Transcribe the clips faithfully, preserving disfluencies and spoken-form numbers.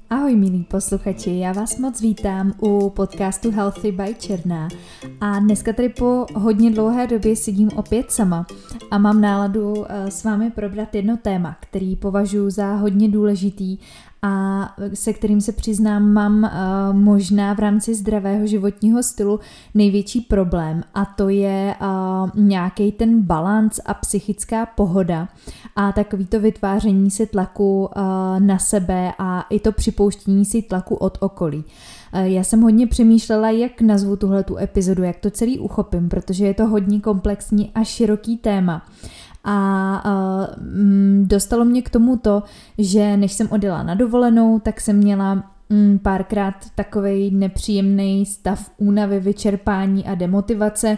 Ahoj milí posluchači, já vás moc vítám u podcastu Healthy by Černá a dneska tady po hodně dlouhé době sedím opět sama a mám náladu s vámi probrat jedno téma, který považuji za hodně důležitý a se kterým se přiznám mám uh, možná v rámci zdravého životního stylu největší problém a to je uh, nějaký ten balanc a psychická pohoda a takový to vytváření si tlaku uh, na sebe a i to připouštění si tlaku od okolí. Uh, já jsem hodně přemýšlela, jak nazvu tuhletu epizodu, jak to celý uchopím, protože je to hodně komplexní a široký téma. A uh, dostalo mě k tomu to, že než jsem odjela na dovolenou, tak jsem měla um, párkrát takovej nepříjemný stav únavy, vyčerpání a demotivace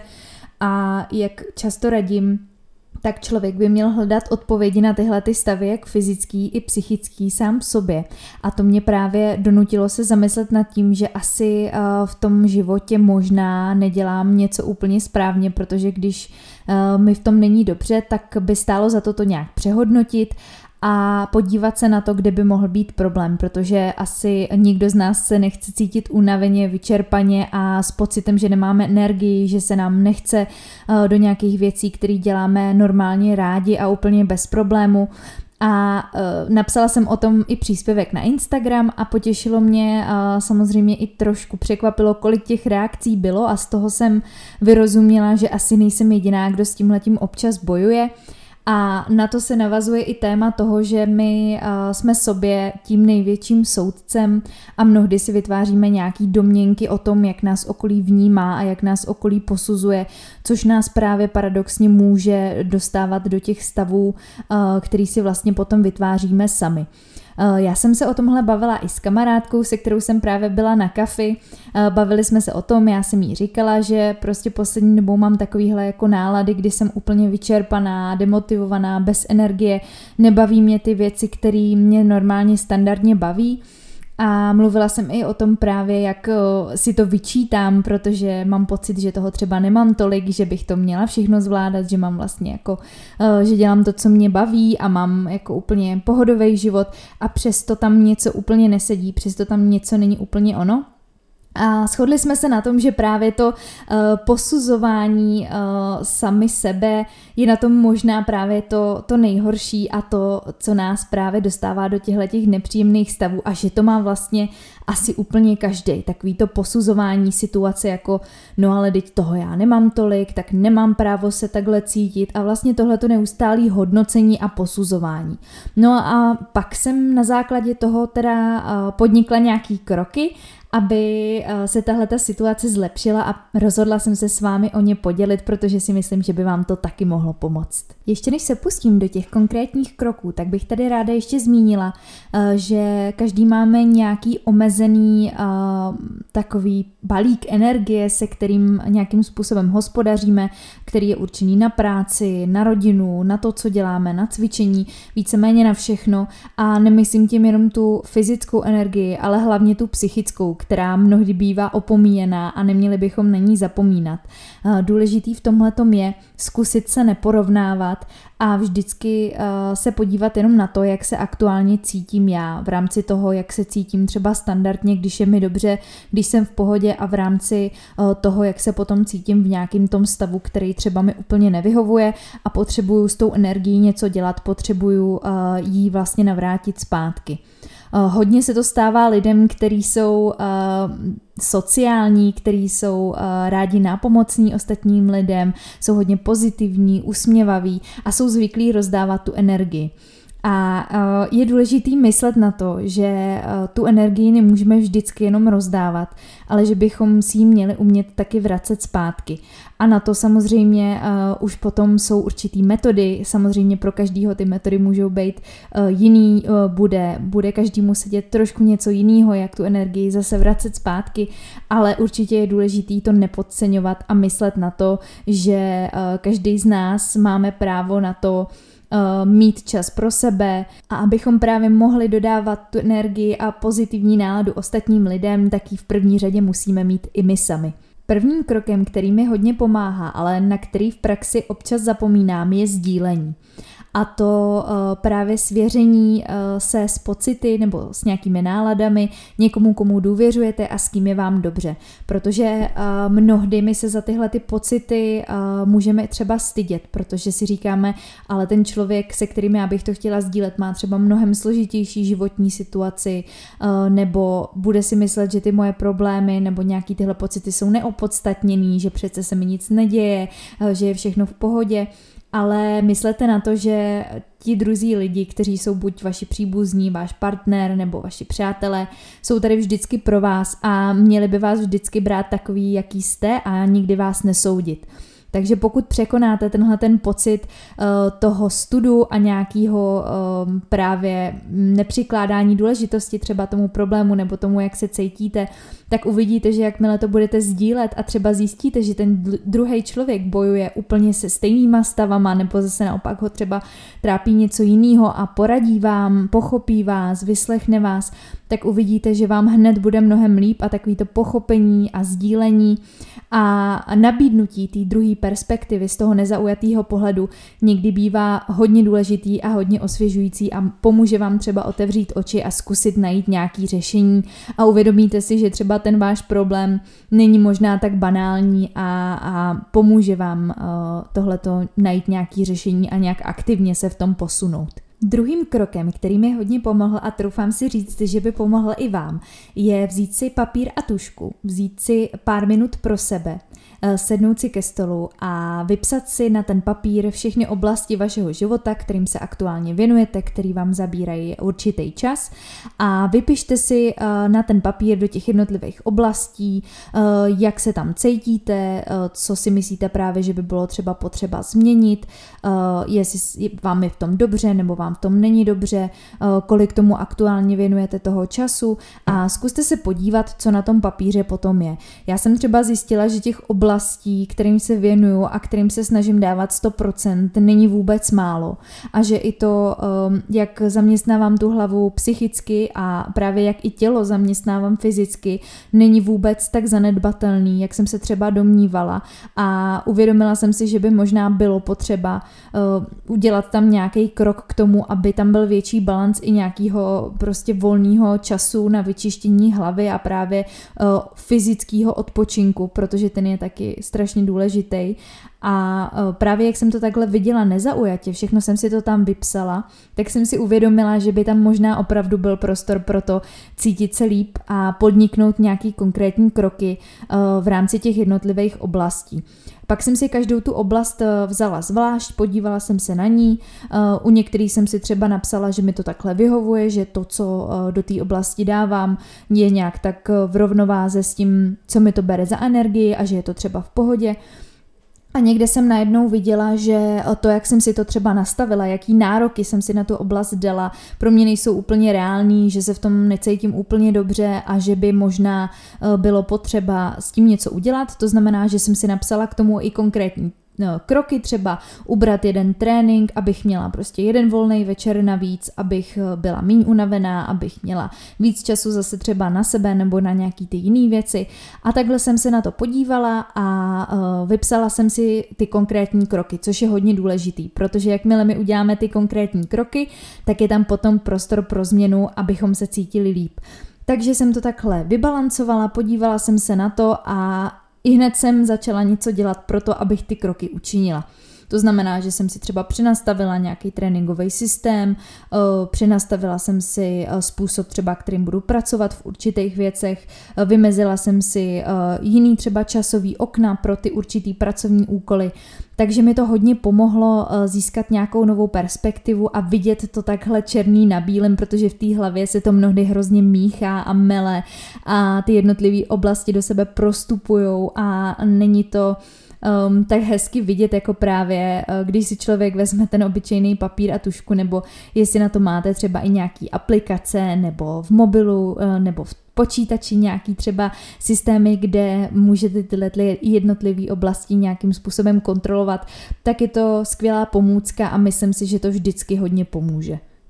a jak často radím, tak člověk by měl hledat odpovědi na tyhle ty stavy, jak fyzický i psychický sám v sobě. A to mě právě donutilo se zamyslet nad tím, že asi uh, v tom životě možná nedělám něco úplně správně, protože když uh, mi v tom není dobře, tak by stálo za to to nějak přehodnotit a podívat se na to, kde by mohl být problém, protože asi nikdo z nás se nechce cítit unaveně, vyčerpaně a s pocitem, že nemáme energii, že se nám nechce do nějakých věcí, které děláme normálně rádi a úplně bez problému. A uh, napsala jsem o tom i příspěvek na Instagram a potěšilo mě, uh, samozřejmě i trošku překvapilo, kolik těch reakcí bylo a z toho jsem vyrozuměla, že asi nejsem jediná, kdo s tímhletím občas bojuje. A na to se navazuje i téma toho, že my uh, jsme sobě tím největším soudcem a mnohdy si vytváříme nějaký domněnky o tom, jak nás okolí vnímá a jak nás okolí posuzuje, což nás právě paradoxně může dostávat do těch stavů, uh, který si vlastně potom vytváříme sami. Já jsem se o tomhle bavila i s kamarádkou, se kterou jsem právě byla na kafi. Bavili jsme se o tom, já jsem jí říkala, že prostě poslední dobou mám takovýhle jako nálady, kdy jsem úplně vyčerpaná, demotivovaná, bez energie, nebaví mě ty věci, které mě normálně standardně baví. A mluvila jsem i o tom právě, jak si to vyčítám, protože mám pocit, že toho třeba nemám tolik, že bych to měla všechno zvládat, že mám vlastně jako, že dělám to, co mě baví a mám jako úplně pohodový život a přesto tam něco úplně nesedí, přesto tam něco není úplně ono. A shodli jsme se na tom, že právě to uh, posuzování uh, sami sebe je na tom možná právě to, to nejhorší a to, co nás právě dostává do těchto nepříjemných stavů a že to má vlastně asi úplně každý. Takový to posuzování situace jako no ale teď toho já nemám tolik, tak nemám právo se takhle cítit a vlastně tohleto neustálý hodnocení a posuzování. No a pak jsem na základě toho teda uh, podnikla nějaký kroky, aby se tahleta situace zlepšila a rozhodla jsem se s vámi o ně podělit, protože si myslím, že by vám to taky mohlo pomoct. Ještě než se pustím do těch konkrétních kroků, tak bych tady ráda ještě zmínila, že každý máme nějaký omezený takový balík energie, se kterým nějakým způsobem hospodaříme, který je určený na práci, na rodinu, na to, co děláme, na cvičení, víceméně na všechno a nemyslím tím jenom tu fyzickou energii, ale hlavně tu psychickou, která mnohdy bývá opomíjená a neměli bychom na ní zapomínat. Důležitý v tomhletom je zkusit se neporovnávat a vždycky se podívat jenom na to, jak se aktuálně cítím já v rámci toho, jak se cítím třeba standardně, když je mi dobře, když jsem v pohodě a v rámci toho, jak se potom cítím v nějakém tom stavu, který třeba mi úplně nevyhovuje a potřebuju s tou energií něco dělat, potřebuju jí vlastně navrátit zpátky. Uh, hodně se to stává lidem, kteří jsou uh, sociální, kteří jsou uh, rádi nápomocní ostatním lidem, jsou hodně pozitivní, usměvaví a jsou zvyklí rozdávat tu energii. A uh, je důležitý myslet na to, že uh, tu energii nemůžeme vždycky jenom rozdávat, ale že bychom si ji měli umět taky vracet zpátky. A na to samozřejmě uh, už potom jsou určitý metody, samozřejmě pro každýho ty metody můžou být uh, jiný, uh, bude, bude každému sedět trošku něco jiného, jak tu energii zase vracet zpátky, ale určitě je důležitý to nepodceňovat a myslet na to, že uh, každý z nás máme právo na to, mít čas pro sebe a abychom právě mohli dodávat tu energii a pozitivní náladu ostatním lidem, tak ji v první řadě musíme mít i my sami. Prvním krokem, který mi hodně pomáhá, ale na který v praxi občas zapomínám, je sdílení. A to uh, právě svěření uh, se s pocity nebo s nějakými náladami někomu, komu důvěřujete a s kým je vám dobře. Protože uh, mnohdy my se za tyhle ty pocity uh, můžeme třeba stydět, protože si říkáme, ale ten člověk, se kterým já bych to chtěla sdílet, má třeba mnohem složitější životní situaci, uh, nebo bude si myslet, že ty moje problémy nebo nějaký tyhle pocity jsou neopodstatněný, že přece se mi nic neděje, uh, že je všechno v pohodě. Ale myslete na to, že ti druzí lidi, kteří jsou buď vaši příbuzní, váš partner nebo vaši přátelé, jsou tady vždycky pro vás a měli by vás vždycky brát takový, jaký jste a nikdy vás nesoudit. Takže pokud překonáte tenhle ten pocit uh, toho studu a nějakého uh, právě nepřikládání důležitosti třeba tomu problému nebo tomu, jak se cítíte, tak uvidíte, že jakmile to budete sdílet a třeba zjistíte, že ten druhý člověk bojuje úplně se stejnýma stavama nebo zase naopak ho třeba trápí něco jiného a poradí vám, pochopí vás, vyslechne vás, tak uvidíte, že vám hned bude mnohem líp a takový to pochopení a sdílení a nabídnutí té druhé perspektivy z toho nezaujatého pohledu někdy bývá hodně důležitý a hodně osvěžující a pomůže vám třeba otevřít oči a zkusit najít nějaké řešení a uvědomíte si, že třeba ten váš problém není možná tak banální a, a pomůže vám uh, tohleto najít nějaké řešení a nějak aktivně se v tom posunout. Druhým krokem, který mi hodně pomohl a troufám si říct, že by pomohl i vám, je vzít si papír a tužku, vzít si pár minut pro sebe, sednout si ke stolu a vypsat si na ten papír všechny oblasti vašeho života, kterým se aktuálně věnujete, který vám zabírají určitý čas a vypište si na ten papír do těch jednotlivých oblastí, jak se tam cítíte, co si myslíte právě, že by bylo třeba potřeba změnit, jestli vám je v tom dobře nebo vám v tom není dobře, kolik tomu aktuálně věnujete toho času a zkuste se podívat, co na tom papíře potom je. Já jsem třeba zjistila, že těch oblastí, kterým se věnuju a kterým se snažím dávat sto procent, není vůbec málo a že i to, jak zaměstnávám tu hlavu psychicky a právě jak i tělo zaměstnávám fyzicky, není vůbec tak zanedbatelný, jak jsem se třeba domnívala a uvědomila jsem si, že by možná bylo potřeba udělat tam nějaký krok k tomu, aby tam byl větší balans i nějakého prostě volného času na vyčištění hlavy a právě uh, fyzického odpočinku, protože ten je taky strašně důležitý. A uh, právě jak jsem to takhle viděla nezaujatě, všechno jsem si to tam vypsala, tak jsem si uvědomila, že by tam možná opravdu byl prostor pro to cítit se líp a podniknout nějaký konkrétní kroky uh, v rámci těch jednotlivých oblastí. Pak jsem si každou tu oblast vzala zvlášť, podívala jsem se na ní, u některých jsem si třeba napsala, že mi to takhle vyhovuje, že to, co do té oblasti dávám, je nějak tak v rovnováze s tím, co mi to bere za energii a že je to třeba v pohodě. A někde jsem najednou viděla, že to, jak jsem si to třeba nastavila, jaký nároky jsem si na tu oblast dala, pro mě nejsou úplně reální, že se v tom necítím úplně dobře a že by možná bylo potřeba s tím něco udělat. To znamená, že jsem si napsala k tomu i konkrétní No, kroky, třeba ubrat jeden trénink, abych měla prostě jeden volný večer navíc, abych byla míň unavená, abych měla víc času zase třeba na sebe nebo na nějaký ty jiné věci. A takhle jsem se na to podívala a uh, vypsala jsem si ty konkrétní kroky, což je hodně důležitý, protože jakmile my uděláme ty konkrétní kroky, tak je tam potom prostor pro změnu, abychom se cítili líp. Takže jsem to takhle vybalancovala, podívala jsem se na to a i hned jsem začala něco dělat pro to, abych ty kroky učinila. To znamená, že jsem si třeba přenastavila nějaký tréninkový systém, přenastavila jsem si způsob třeba, kterým budu pracovat v určitých věcech, vymezila jsem si jiný třeba časový okna pro ty určitý pracovní úkoly, takže mi to hodně pomohlo získat nějakou novou perspektivu a vidět to takhle černý na bílém, protože v té hlavě se to mnohdy hrozně míchá a mele a ty jednotlivé oblasti do sebe prostupujou a není to Um, tak hezky vidět jako právě, uh, když si člověk vezme ten obyčejný papír a tužku, nebo jestli na to máte třeba i nějaký aplikace, nebo v mobilu, uh, nebo v počítači nějaký třeba systémy, kde můžete tyhle jednotlivé oblasti nějakým způsobem kontrolovat, tak je to skvělá pomůcka a myslím si, že to vždycky hodně pomůže.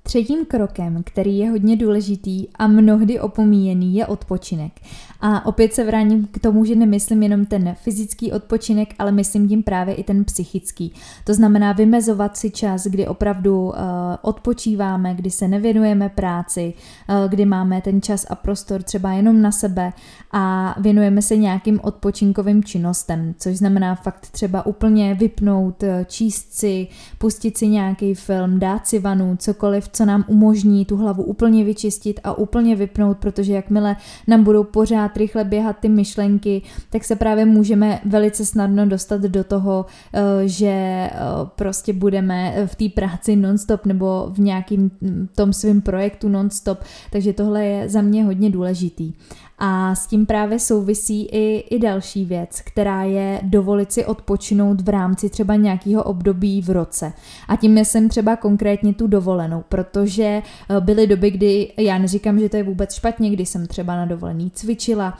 Třetím krokem, který je hodně důležitý a mnohdy opomíjený, je odpočinek. A opět se vrátím k tomu, že nemyslím jenom ten fyzický odpočinek, ale myslím tím právě i ten psychický. To znamená vymezovat si čas, kdy opravdu uh, odpočíváme, kdy se nevěnujeme práci, uh, kdy máme ten čas a prostor třeba jenom na sebe a věnujeme se nějakým odpočinkovým činnostem, což znamená fakt třeba úplně vypnout, číst si, pustit si nějaký film, dát si vanu, cokoliv, co nám umožní tu hlavu úplně vyčistit a úplně vypnout, protože jakmile nám budou pořád rychle běhat ty myšlenky, tak se právě můžeme velice snadno dostat do toho, že prostě budeme v té práci non-stop nebo v nějakým tom svém projektu non-stop, takže tohle je za mě hodně důležitý. A s tím právě souvisí i, i další věc, která je dovolit si odpočinout v rámci třeba nějakého období v roce. A tím myslím třeba konkrétně tu dovolenou, protože byly doby, kdy já neříkám, že to je vůbec špatně, kdy jsem třeba na dovolený cvičila,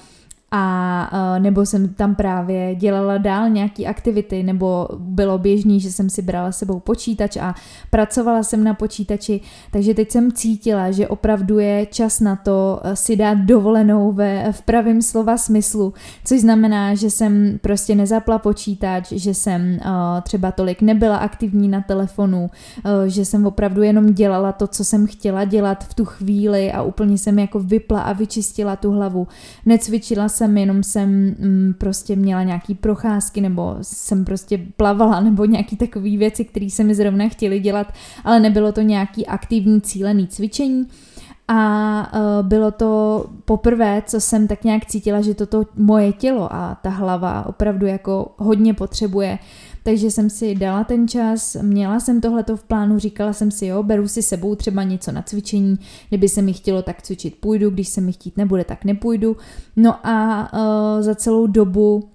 a nebo jsem tam právě dělala dál nějaký aktivity, nebo bylo běžný, že jsem si brala s sebou počítač a pracovala jsem na počítači, takže teď jsem cítila, že opravdu je čas na to si dát dovolenou ve, v pravém slova smyslu, což znamená, že jsem prostě nezapla počítač, že jsem uh, třeba tolik nebyla aktivní na telefonu, uh, že jsem opravdu jenom dělala to, co jsem chtěla dělat v tu chvíli a úplně jsem jako vypla a vyčistila tu hlavu. Necvičila jsem Jsem, jenom jsem mm, prostě měla nějaký procházky nebo jsem prostě plavala nebo nějaký takový věci, které se mi zrovna chtěly dělat, ale nebylo to nějaký aktivní cílený cvičení a uh, bylo to poprvé, co jsem tak nějak cítila, že toto moje tělo a ta hlava opravdu jako hodně potřebuje. Takže jsem si dala ten čas, měla jsem tohleto v plánu, říkala jsem si, jo, beru si sebou třeba něco na cvičení, kdyby se mi chtělo tak cvičit, půjdu, když se mi chtít nebude, tak nepůjdu. No a uh, za celou dobu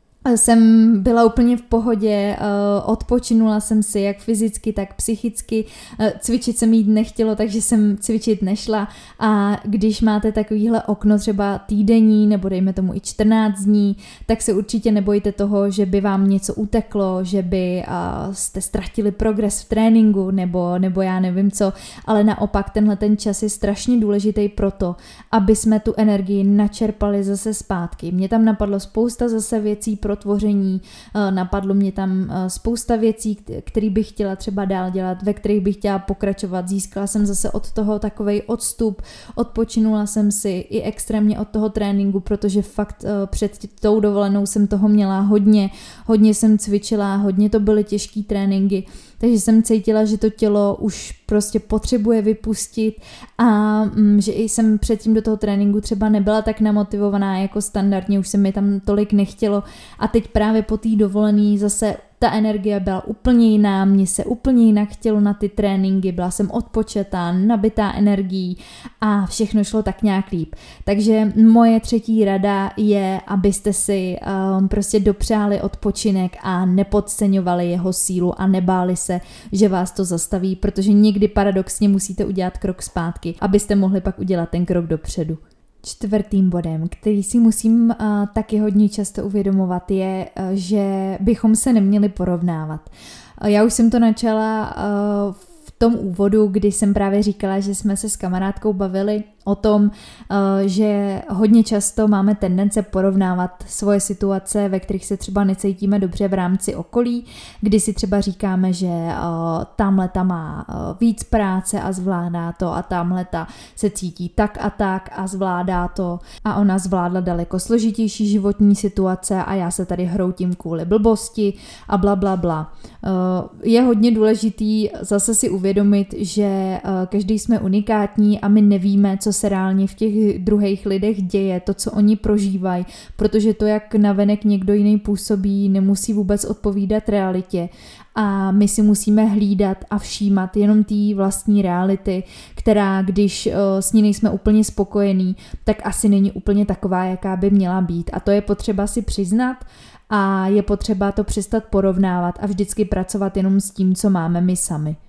jsem byla úplně v pohodě, odpočinula jsem si jak fyzicky, tak psychicky, cvičit se mi jít nechtělo, takže jsem cvičit nešla a když máte takovýhle okno třeba týdenní nebo dejme tomu i čtrnáct dní, tak se určitě nebojte toho, že by vám něco uteklo, že by jste ztratili progres v tréninku nebo, nebo já nevím co, ale naopak tenhle ten čas je strašně důležitý proto, aby jsme tu energii načerpali zase zpátky. Mně tam napadlo spousta zase věcí pro tvoření, napadlo mě tam spousta věcí, které bych chtěla třeba dál dělat, ve kterých bych chtěla pokračovat, získala jsem zase od toho takovej odstup, odpočinula jsem si i extrémně od toho tréninku, protože fakt před tou dovolenou jsem toho měla hodně, hodně jsem cvičila, hodně to byly těžký tréninky, takže jsem cítila, že to tělo už prostě potřebuje vypustit a mm, že i jsem předtím do toho tréninku třeba nebyla tak namotivovaná jako standardně, už se mi tam tolik nechtělo a teď právě po té dovolené zase ta energie byla úplně jiná, mně se úplně jinak chtělo na ty tréninky, byla jsem odpočatá, nabitá energií a všechno šlo tak nějak líp. Takže moje třetí rada je, abyste si um, prostě dopřáli odpočinek a nepodceňovali jeho sílu a nebáli se, že vás to zastaví, protože někdy paradoxně musíte udělat krok zpátky, abyste mohli pak udělat ten krok dopředu. Čtvrtým bodem, který si musím uh, taky hodně často uvědomovat, je, uh, že bychom se neměli porovnávat. Uh, já už jsem to načala uh, v tom úvodu, kdy jsem právě říkala, že jsme se s kamarádkou bavili o tom, že hodně často máme tendence porovnávat svoje situace, ve kterých se třeba necítíme dobře v rámci okolí, kdy si třeba říkáme, že tamhleta má víc práce a zvládá to a tamhleta se cítí tak a tak a zvládá to a ona zvládla daleko složitější životní situace a já se tady hroutím kvůli blbosti a bla bla bla. Je hodně důležitý zase si uvědomit, že každý jsme unikátní a my nevíme, co se reálně v těch druhých lidech děje, to, co oni prožívají, protože to, jak navenek někdo jiný působí, nemusí vůbec odpovídat realitě. A my si musíme hlídat a všímat jenom té vlastní reality, která, když uh, s ní nejsme úplně spokojení, tak asi není úplně taková, jaká by měla být. A to je potřeba si přiznat a je potřeba to přestat porovnávat a vždycky pracovat jenom s tím, co máme my sami.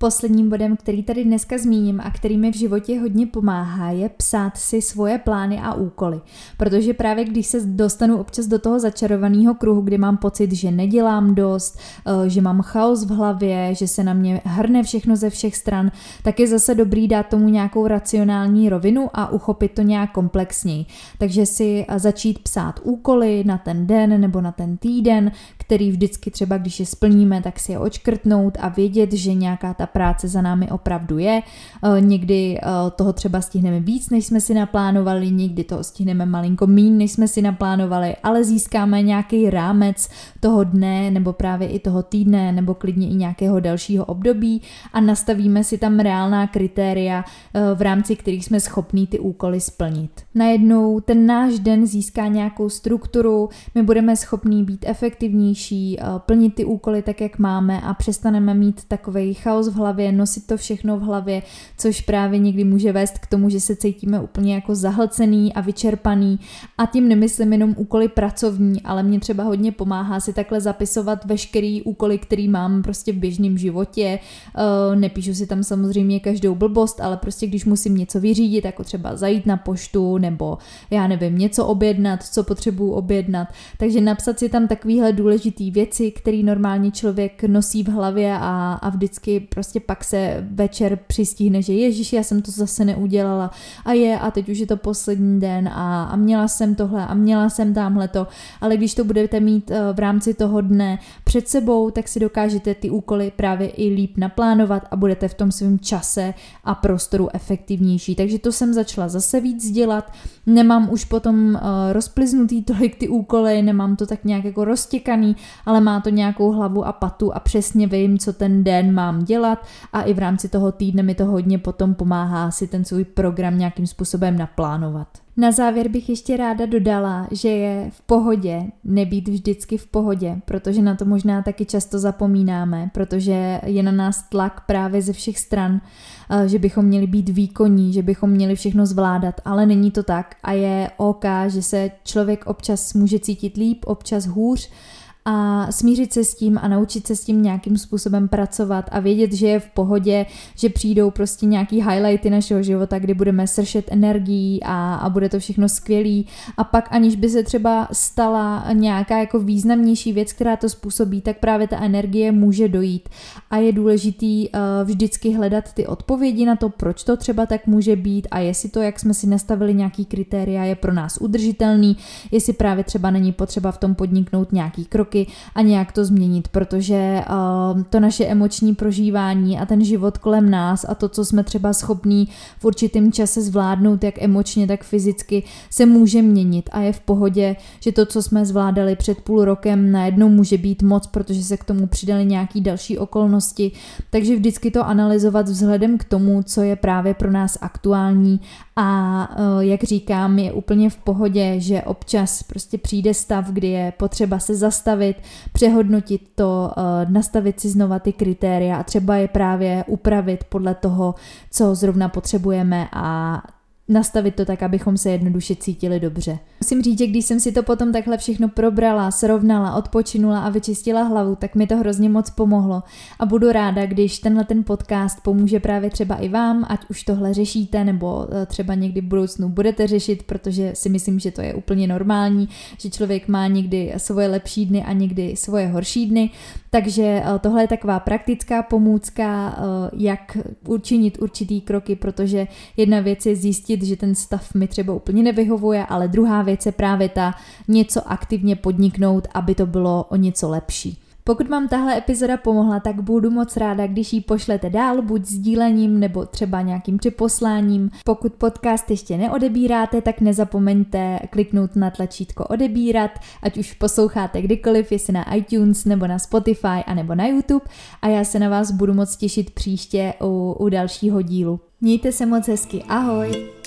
Posledním bodem, který tady dneska zmíním a který mi v životě hodně pomáhá, je psát si svoje plány a úkoly. Protože právě když se dostanu občas do toho začarovaného kruhu, kdy mám pocit, že nedělám dost, že mám chaos v hlavě, že se na mě hrne všechno ze všech stran, tak je zase dobrý dát tomu nějakou racionální rovinu a uchopit to nějak komplexněji. Takže si začít psát úkoly na ten den nebo na ten týden, který vždycky třeba, když je splníme, tak si je odškrtnout a vědět, že nějaká ta práce za námi opravdu je. Někdy toho třeba stihneme víc, než jsme si naplánovali, někdy toho stihneme malinko míň, než jsme si naplánovali, ale získáme nějaký rámec toho dne nebo právě i toho týdne nebo klidně i nějakého dalšího období a nastavíme si tam reálná kritéria, v rámci kterých jsme schopní ty úkoly splnit. Najednou ten náš den získá nějakou strukturu, my budeme schopní být efektivnější, plnit ty úkoly tak, jak máme a přestaneme mít takovej chaos v hlavě, nosit to všechno v hlavě, což právě někdy může vést k tomu, že se cítíme úplně jako zahlcený a vyčerpaný a tím nemyslím jenom úkoly pracovní, ale mě třeba hodně pomáhá si takhle zapisovat veškerý úkoly, který mám prostě v běžném životě. Nepíšu si tam samozřejmě každou blbost, ale prostě když musím něco vyřídit, jako třeba zajít na poštu nebo já nevím, něco objednat, co potřebuju objednat, takže napsat si tam takovýhle důležitý věci, který normálně člověk nosí v hlavě a, a vždycky prostě pak se večer přistihne, že ježiš, já jsem to zase neudělala a je a teď už je to poslední den a, a měla jsem tohle a měla jsem tamhleto, ale když to budete mít v rámci toho dne před sebou, tak si dokážete ty úkoly právě i líp naplánovat a budete v tom svém čase a prostoru efektivnější. Takže to jsem začala zase víc dělat, nemám už potom uh, rozpliznutý tolik ty úkoly, nemám to tak nějak jako roztěkaný, ale má to nějakou hlavu a patu a přesně vím, co ten den mám dělat a i v rámci toho týdne mi to hodně potom pomáhá si ten svůj program nějakým způsobem naplánovat. Na závěr bych ještě ráda dodala, že je v pohodě nebýt vždycky v pohodě, protože na to možná taky často zapomínáme, protože je na nás tlak právě ze všech stran, že bychom měli být výkonní, že bychom měli všechno zvládat, ale není to tak a je OK, že se člověk občas může cítit líp, občas hůř, a smířit se s tím a naučit se s tím nějakým způsobem pracovat a vědět, že je v pohodě, že přijdou prostě nějaký highlighty našeho života, kdy budeme sršet energií a, a bude to všechno skvělý a pak aniž by se třeba stala nějaká jako významnější věc, která to způsobí, tak právě ta energie může dojít a je důležitý uh, vždycky hledat ty odpovědi na to, proč to třeba tak může být a jestli to, jak jsme si nastavili nějaký kritéria, je pro nás udržitelný, jestli právě třeba není potřeba v tom podniknout nějaký krok a nějak to změnit, protože uh, to naše emoční prožívání a ten život kolem nás a to, co jsme třeba schopní v určitém čase zvládnout, jak emočně, tak fyzicky, se může měnit a je v pohodě, že to, co jsme zvládali před půl rokem, najednou může být moc, protože se k tomu přidaly nějaký další okolnosti, takže vždycky to analyzovat vzhledem k tomu, co je právě pro nás aktuální a uh, jak říkám, je úplně v pohodě, že občas prostě přijde stav, kdy je potřeba se zastavit, přehodnotit to, nastavit si znova ty kritéria a třeba je právě upravit podle toho, co zrovna potřebujeme a nastavit to tak, abychom se jednoduše cítili dobře. Musím říct, že když jsem si to potom takhle všechno probrala, srovnala, odpočinula a vyčistila hlavu, tak mi to hrozně moc pomohlo a budu ráda, když tenhle ten podcast pomůže právě třeba i vám, ať už tohle řešíte nebo třeba někdy v budoucnu budete řešit, protože si myslím, že to je úplně normální, že člověk má někdy svoje lepší dny a někdy svoje horší dny, takže tohle je taková praktická pomůcka, jak učinit určitý kroky, protože jedna věc je zjistit, že ten stav mi třeba úplně nevyhovuje, ale druhá věc je právě ta něco aktivně podniknout, aby to bylo o něco lepší. Pokud vám tahle epizoda pomohla, tak budu moc ráda, když ji pošlete dál, buď sdílením nebo třeba nějakým připosláním. Pokud podcast ještě neodebíráte, tak nezapomeňte kliknout na tlačítko odebírat, ať už posloucháte kdykoliv, jestli na iTunes nebo na Spotify a nebo na YouTube a já se na vás budu moc těšit příště u, u dalšího dílu. Mějte se moc hezky, ahoj!